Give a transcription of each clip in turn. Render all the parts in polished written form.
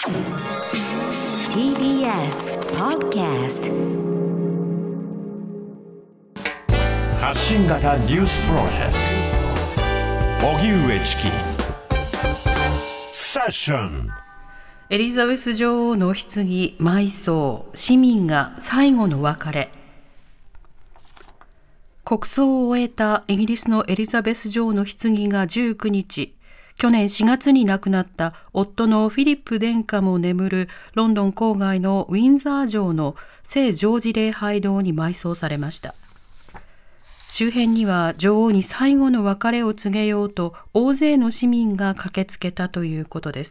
TBS Podcast 発信型ニュースプロジェクト荻上チキセッション。 エリザベス女王の棺埋葬、市民が最後の別れ。国葬を終えたイギリスのエリザベス女王の棺が19日、去年4月に亡くなった夫のフィリップ殿下も眠るロンドン郊外のウィンザー城の聖ジョージ礼拝堂に埋葬されました。周辺には女王に最後の別れを告げようと大勢の市民が駆けつけたということです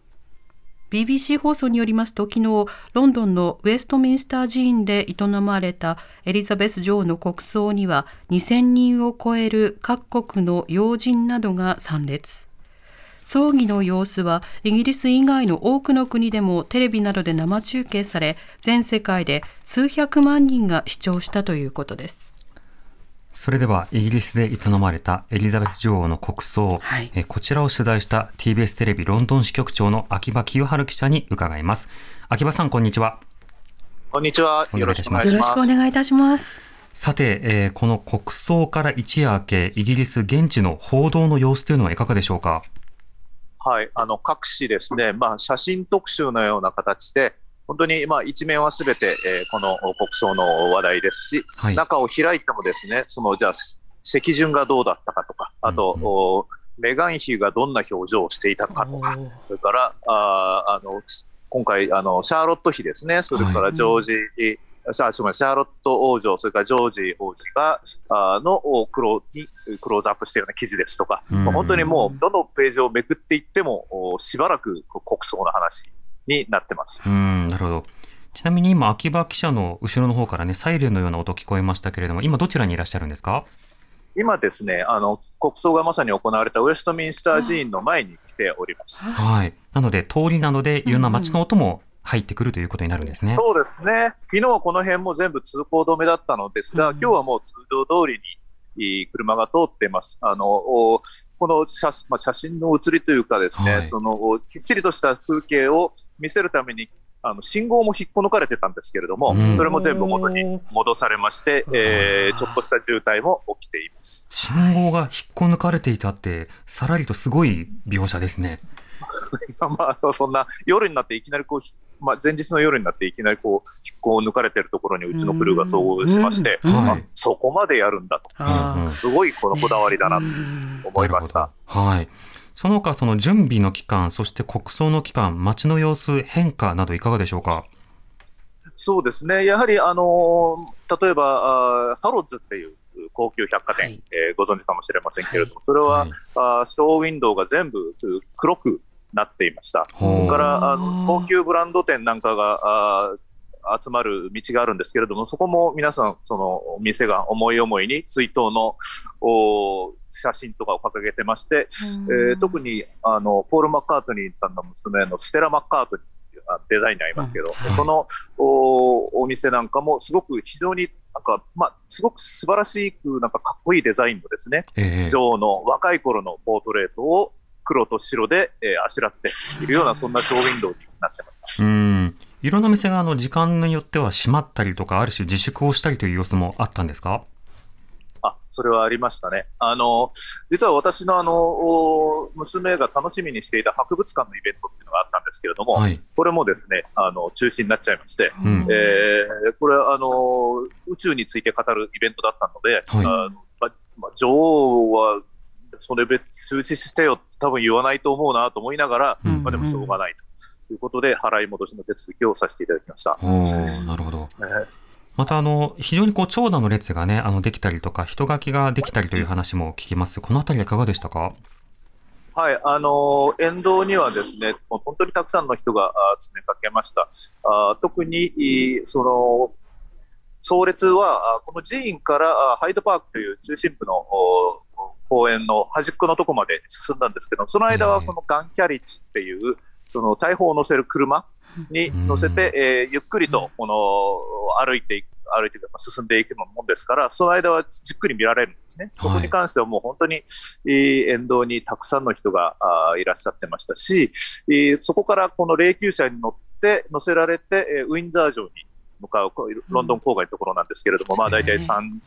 。BBC 放送によりますと、昨日ロンドンのウェストミンスター寺院で営まれたエリザベス女王の国葬には2000人を超える各国の要人などが参列。葬儀の様子はイギリス以外の多くの国でもテレビなどで生中継され、全世界で数百万人が視聴したということです。 それではイギリスで営まれたエリザベス女王の国葬、こちらを取材した TBS テレビロンドン支局長の秋葉清春記者に伺います。秋葉さん、こんにちは。 こんにちは。よろしくお願いします。 よろしくお願いいたします。 さて、この国葬から一夜明け、イギリス現地の報道の様子というのはいかがでしょうか。 はい、各紙ですね、写真特集のような形で本当に一面はすべて、この国葬の話題ですし、中を開いてもですね、じゃあ席順がどうだったかとか、あと、メガン妃がどんな表情をしていたかとか、それから今回シャーロット妃ですね、それからシャーロット王女、それからジョージ王子がのクローズアップしているような記事ですとか、本当にもうどのページをめくっていってもしばらく国葬の話になってます。 なるほど。ちなみに今秋葉記者の後ろの方からね、サイレンのような音聞こえましたけれども、今どちらにいらっしゃるんですか？ 今ですね、国葬がまさに行われたウェストミンスター寺院の前に来ております。 はい。なので通りなのでいろんな街の音も入ってくるということになるんですね。 そうですね。昨日はこの辺も全部通行止めだったのですが、今日はもう通常通りに車が通っています。この写真の写りというかですね、きっちりとした風景を見せるために信号も引っこ抜かれてたんですけれども、それも全部元に戻されまして、ちょっとした渋滞も起きています。 信号が引っこ抜かれていたって、さらりとすごい描写ですね。 そんな夜になっていきなり前日の夜になっていきなり引っこ抜かれているところにうちのクルーが遭遇しまして、そこまでやるんだと、すごいこのこだわりだなと思いました。 はい。その他、その準備の期間、そして国葬の期間、街の様子、変化などいかがでしょうか。 そうですね。やはり例えばハロッズっていう高級百貨店、ご存知かもしれませんけれども、それは、ショーウィンドウが全部黒くなっていました。それから高級ブランド店なんかが集まる道があるんですけれども、そこも皆さんその店が思い思いに追悼の写真とかを掲げてまして、特にポール・マッカートニーさんの娘のステラ・マッカートニーというデザインにありますけど、そのお店なんかもすごく非常にすごく素晴らしくかっこいいデザインのですね、女王の若い頃のポートレートを黒と白であしらっているような、そんなショーウィンドウになってました。 いろんな店が時間によっては閉まったりとか、ある種自粛をしたりという様子もあったんですか？ それはありましたね。実は私の娘が楽しみにしていた博物館のイベントっていうのがあったんですけれども、これもですね中止になっちゃいまして、これ宇宙について語るイベントだったので、女王はそれ別中止してよって多分言わないと思うなと思いながら、でもしょうがないということで払い戻しの手続きをさせていただきました。 なるほど。また非常に長蛇の列がねできたりとか、人垣ができたりという話も聞きます。このあたりはいかがでしたか？ はい、沿道にはですね、本当にたくさんの人が詰めかけました。特に葬列はこの寺院からハイドパークという中心部の公園の端っこのところまで進んだんですけど、その間はそのガンキャリッジっていうその大砲を乗せる車に乗せて、ゆっくりと歩いて進んでいくもんですから、その間はじっくり見られるんですね。そこに関してはもう本当に沿道にたくさんの人がいらっしゃってましたし、そこからこの霊柩車に乗せられてウィンザー城に向かうロンドン郊外のところなんですけれども、大体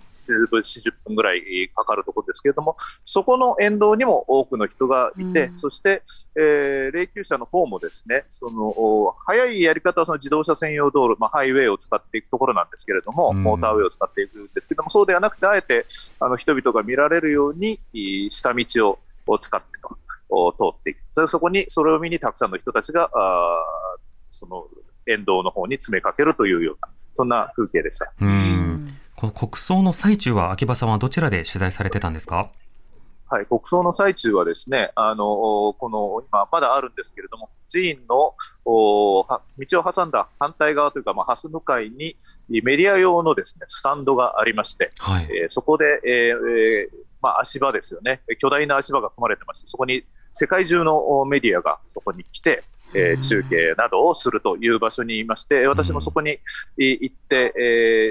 40分ぐらいかかるところですけれども、そこの沿道にも多くの人がいて、そして、霊柩車の方もですね、早いやり方はその自動車専用道路、ハイウェイを使っていくところなんですけれども、モーターウェイを使っていくんですけれども、そうではなくて、あえて人々が見られるように下道を使って通っていく。そこにそれを見にたくさんの人たちがその沿道の方に詰めかけるというような、そんな風景でした。 この国葬の最中は秋葉さんはどちらで取材されてたんですか？ はい、国葬の最中はですね、この今まだあるんですけれども、寺院の道を挟んだ反対側というか、蓮向かいにメディア用のですねスタンドがありまして、そこで、足場ですよね、巨大な足場が組まれてまして、そこに世界中のメディアがそこに来て、中継などをするという場所にいまして、私もそこに行って、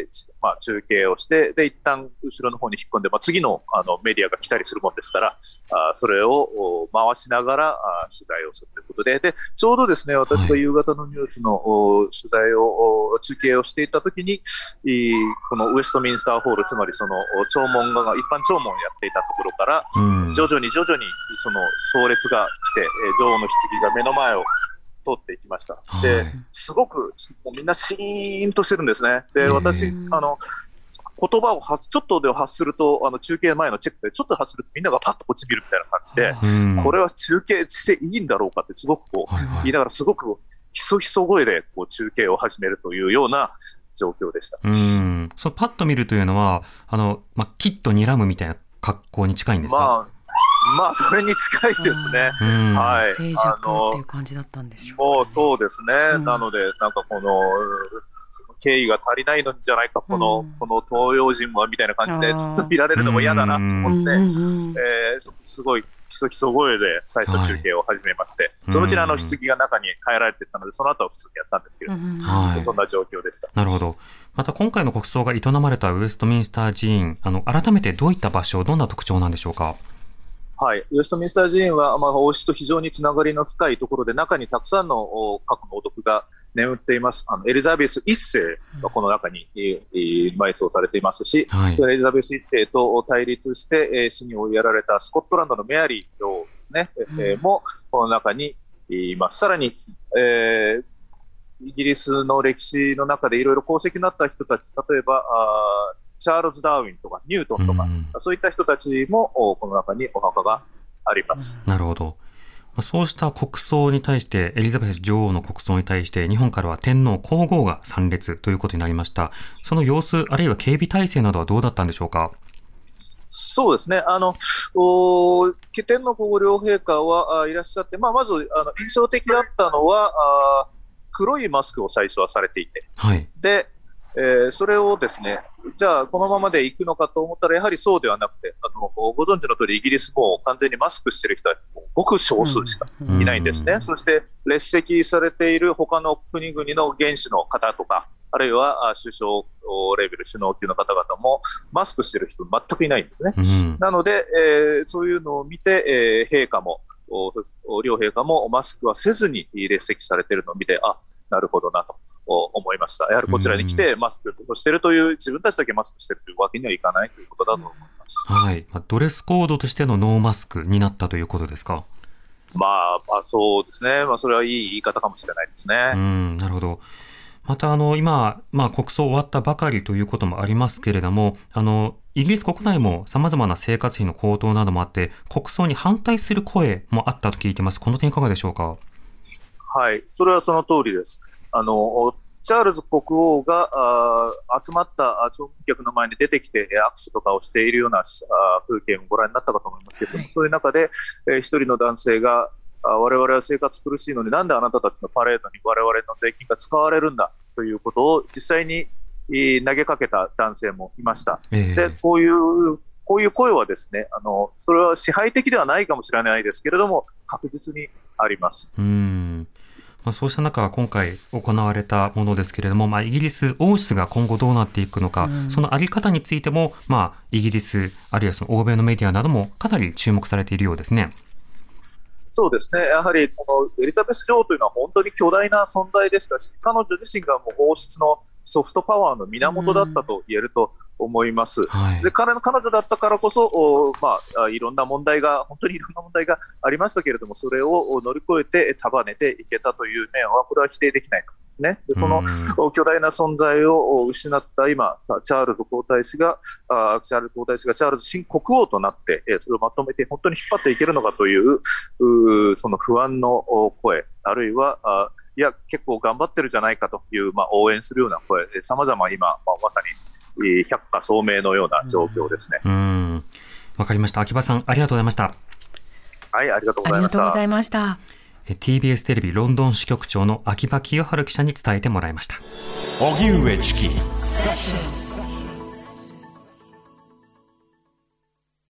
中継をして、で一旦後ろの方に引っ込んで、次の、メディアが来たりするもんですから、それを回しながら取材をするということで、ちょうどですね、私が夕方のニュースの取材を中継をしていたときに、このウェストミンスターホール、つまりその弔問が一般弔問をやっていたところから、徐々にその葬列が来て、女王の棺が目の前を通っていきました。ですごくもうみんなシーンとしてるんですね。で、私言葉をちょっとで発すると、中継前のチェックでちょっと発するとみんながパッとこっち見るみたいな感じで、これは中継していいんだろうかってすごく言いながら、すごくひそひそ声で中継を始めるというような状況でした。 そうパッと見るというのはきっと睨むみたいな格好に近いんですか？ それに近いですね。 静寂っていう感じだったんでしょうかね。 もうそうですね。なので、なんかこの敬意が足りないのじゃないか、この東洋人はみたいな感じで、ちょっと見られるのも嫌だなと思って、すごいひそひそ声で最初中継を始めまして、そのうちに棺が中に帰られていたので、その後は普通にやったんですけど、そんな状況でした。 なるほど。また今回の国葬が営まれたウェストミンスター寺院、改めてどういった場所、どんな特徴なんでしょうか？ はい、ウェストミンスター寺院は、王室と非常につながりの深いところで、中にたくさんの過去の王族が眠っています。エリザベス1世がこの中に埋葬されていますし、エリザベス1世と対立して死に追いやられたスコットランドのメアリー女王ですね、もこの中にいます。さらに、イギリスの歴史の中でいろいろ功績のあった人たち、例えばチャールズ・ダーウィンとかニュートンとか、そういった人たちもこの中にお墓があります。 なるほど。そうした国葬に対して、エリザベス女王の国葬に対して日本からは天皇皇后が参列ということになりました。その様子、あるいは警備体制などはどうだったんでしょうか？ そうですね、天皇皇后両陛下はいらっしゃって、まず印象的だったのは黒いマスクを最初はされていて、でそれをですね、じゃあこのままでいくのかと思ったら、やはりそうではなくて、ご存知の通りイギリスも完全にマスクしている人はごく少数しかいないんですね。そして列席されている他の国々の元首の方とか、あるいは首相レベル首脳級の方々もマスクしている人全くいないんですね。なので、そういうのを見て、両陛下もマスクはせずに列席されているのを見て、なるほどなと思いました。やはりこちらに来てマスクをしているという、自分たちだけマスクしているというわけにはいかないということだと思います。 ドレスコードとしてのノーマスクになったということですか？ そうですね。それはいい言い方かもしれないですね。 なるほど。また今、国葬終わったばかりということもありますけれども、イギリス国内もさまざまな生活費の高騰などもあって、国葬に反対する声もあったと聞いています。この点いかがでしょうか？ はい、それはその通りです。チャールズ国王が集まった弔問客の前に出てきて握手とかをしているような風景もご覧になったかと思いますけれども、そういう中で一人の男性が、我々は生活苦しいのになんであなたたちのパレードに我々の税金が使われるんだということを実際に投げかけた男性もいました。で、こういう声はですね、それは支配的ではないかもしれないですけれども、確実にあります。 そうした中、今回行われたものですけれども、イギリス王室が今後どうなっていくのか、そのあり方についても、イギリスあるいはその欧米のメディアなどもかなり注目されているようですね。 そうですね、やはりこのエリザベス女王というのは本当に巨大な存在でしたし、彼女自身がもう王室のソフトパワーの源だったと言えると思います。で彼女だったからこそ、いろんな問題が、本当にいろんな問題がありましたけれども、それを乗り越えて束ねていけたという面は、これは否定できないですね。でその巨大な存在を失った今、チャールズ皇太子がチャールズ新国王となって、それをまとめて本当に引っ張っていけるのかというその不安の声、あるいはいや結構頑張ってるじゃないかという、応援するような声、様々今、まさに百花聡明のような状況ですね。 わかりました。秋葉さん、ありがとうございました。 はい、ありがとうございました。 TBS テレビロンドン支局長の秋葉清春記者に伝えてもらいました。 荻上チキ